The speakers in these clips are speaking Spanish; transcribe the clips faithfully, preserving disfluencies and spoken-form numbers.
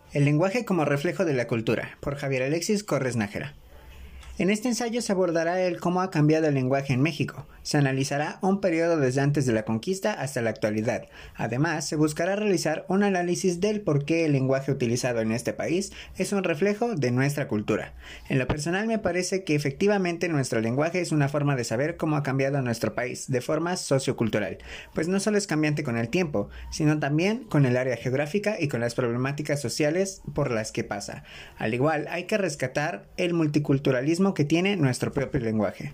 El lenguaje como reflejo de la cultura, por Javier Alexis Corres Nájera. En este ensayo se abordará el cómo ha cambiado el lenguaje en México. Se analizará un periodo desde antes de la conquista hasta la actualidad. Además, se buscará realizar un análisis del por qué el lenguaje utilizado en este país es un reflejo de nuestra cultura. En lo personal me parece que efectivamente nuestro lenguaje es una forma de saber cómo ha cambiado nuestro país de forma sociocultural, pues no solo es cambiante con el tiempo, sino también con el área geográfica y con las problemáticas sociales por las que pasa. Al igual, hay que rescatar el multiculturalismo que tiene nuestro propio lenguaje.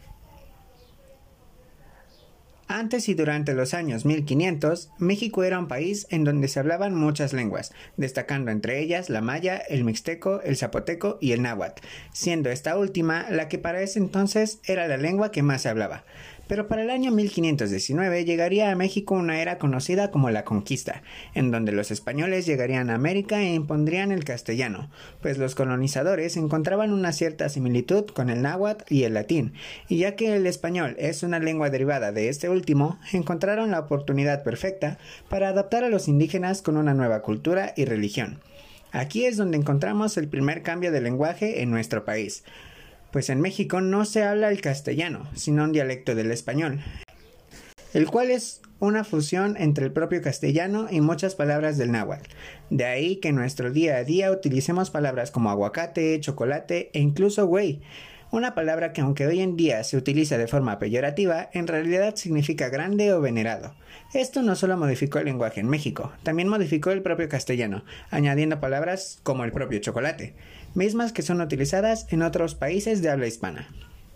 Antes y durante los años mil quinientos, México era un país en donde se hablaban muchas lenguas, destacando entre ellas la maya, el mixteco, el zapoteco y el náhuatl, siendo esta última la que para ese entonces era la lengua que más se hablaba. Pero para el año mil quinientos diecinueve llegaría a México una era conocida como la conquista, en donde los españoles llegarían a América e impondrían el castellano, pues los colonizadores encontraban una cierta similitud con el náhuatl y el latín, y ya que el español es una lengua derivada de este último, encontraron la oportunidad perfecta para adaptar a los indígenas con una nueva cultura y religión. Aquí es donde encontramos el primer cambio de lenguaje en nuestro país, pues en México no se habla el castellano, sino un dialecto del español, el cual es una fusión entre el propio castellano y muchas palabras del náhuatl. De ahí que en nuestro día a día utilicemos palabras como aguacate, chocolate e incluso güey, una palabra que aunque hoy en día se utiliza de forma peyorativa, en realidad significa grande o venerado. Esto no solo modificó el lenguaje en México, también modificó el propio castellano, añadiendo palabras como el propio chocolate, mismas que son utilizadas en otros países de habla hispana.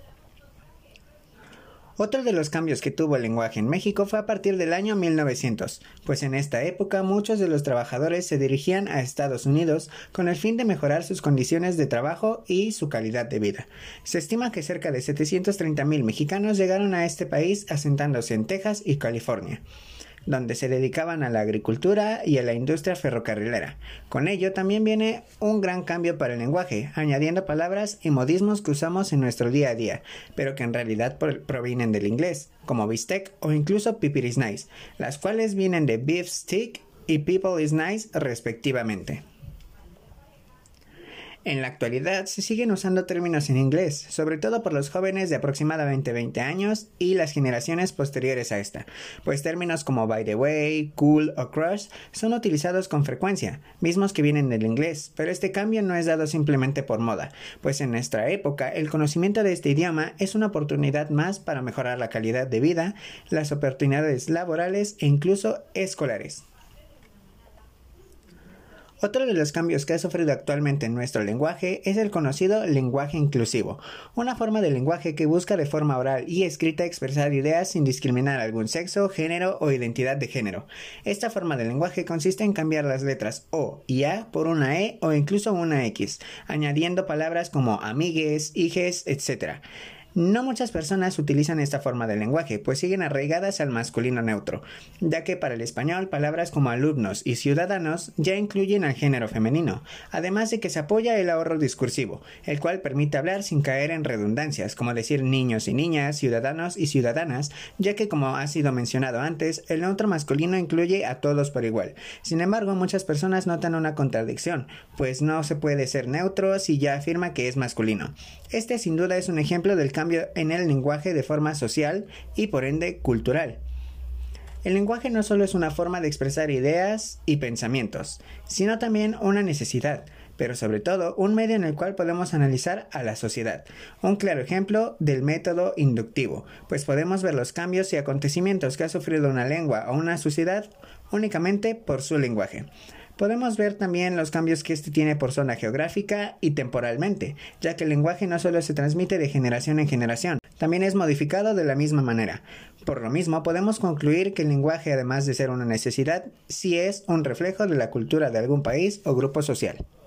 Otro de los cambios que tuvo el lenguaje en México fue a partir del año mil novecientos, pues en esta época muchos de los trabajadores se dirigían a Estados Unidos con el fin de mejorar sus condiciones de trabajo y su calidad de vida. Se estima que cerca de setecientos treinta mil mexicanos llegaron a este país asentándose en Texas y California, donde se dedicaban a la agricultura y a la industria ferrocarrilera. Con ello también viene un gran cambio para el lenguaje, añadiendo palabras y modismos que usamos en nuestro día a día, pero que en realidad provienen del inglés, como bistec o incluso pepper is nice, las cuales vienen de beef stick y people is nice respectivamente. En la actualidad se siguen usando términos en inglés, sobre todo por los jóvenes de aproximadamente veinte años y las generaciones posteriores a esta, pues términos como by the way, cool o crush son utilizados con frecuencia, mismos que vienen del inglés, pero este cambio no es dado simplemente por moda, pues en nuestra época el conocimiento de este idioma es una oportunidad más para mejorar la calidad de vida, las oportunidades laborales e incluso escolares. Otro de los cambios que ha sufrido actualmente en nuestro lenguaje es el conocido lenguaje inclusivo, una forma de lenguaje que busca de forma oral y escrita expresar ideas sin discriminar algún sexo, género o identidad de género. Esta forma de lenguaje consiste en cambiar las letras O y A por una E o incluso una X, añadiendo palabras como amigues, hijes, etcétera. No muchas personas utilizan esta forma de lenguaje, pues siguen arraigadas al masculino neutro, ya que para el español palabras como alumnos y ciudadanos ya incluyen al género femenino, además de que se apoya el ahorro discursivo, el cual permite hablar sin caer en redundancias, como decir niños y niñas, ciudadanos y ciudadanas, ya que como ha sido mencionado antes, el neutro masculino incluye a todos por igual. Sin embargo, muchas personas notan una contradicción, pues no se puede ser neutro si ya afirma que es masculino. Este sin duda es un ejemplo del cambio en el lenguaje de forma social y por ende cultural. El lenguaje no solo es una forma de expresar ideas y pensamientos, sino también una necesidad, pero sobre todo un medio en el cual podemos analizar a la sociedad. Un claro ejemplo del método inductivo, pues podemos ver los cambios y acontecimientos que ha sufrido una lengua o una sociedad únicamente por su lenguaje. Podemos ver también los cambios que este tiene por zona geográfica y temporalmente, ya que el lenguaje no solo se transmite de generación en generación, también es modificado de la misma manera. Por lo mismo, podemos concluir que el lenguaje, además de ser una necesidad, sí es un reflejo de la cultura de algún país o grupo social.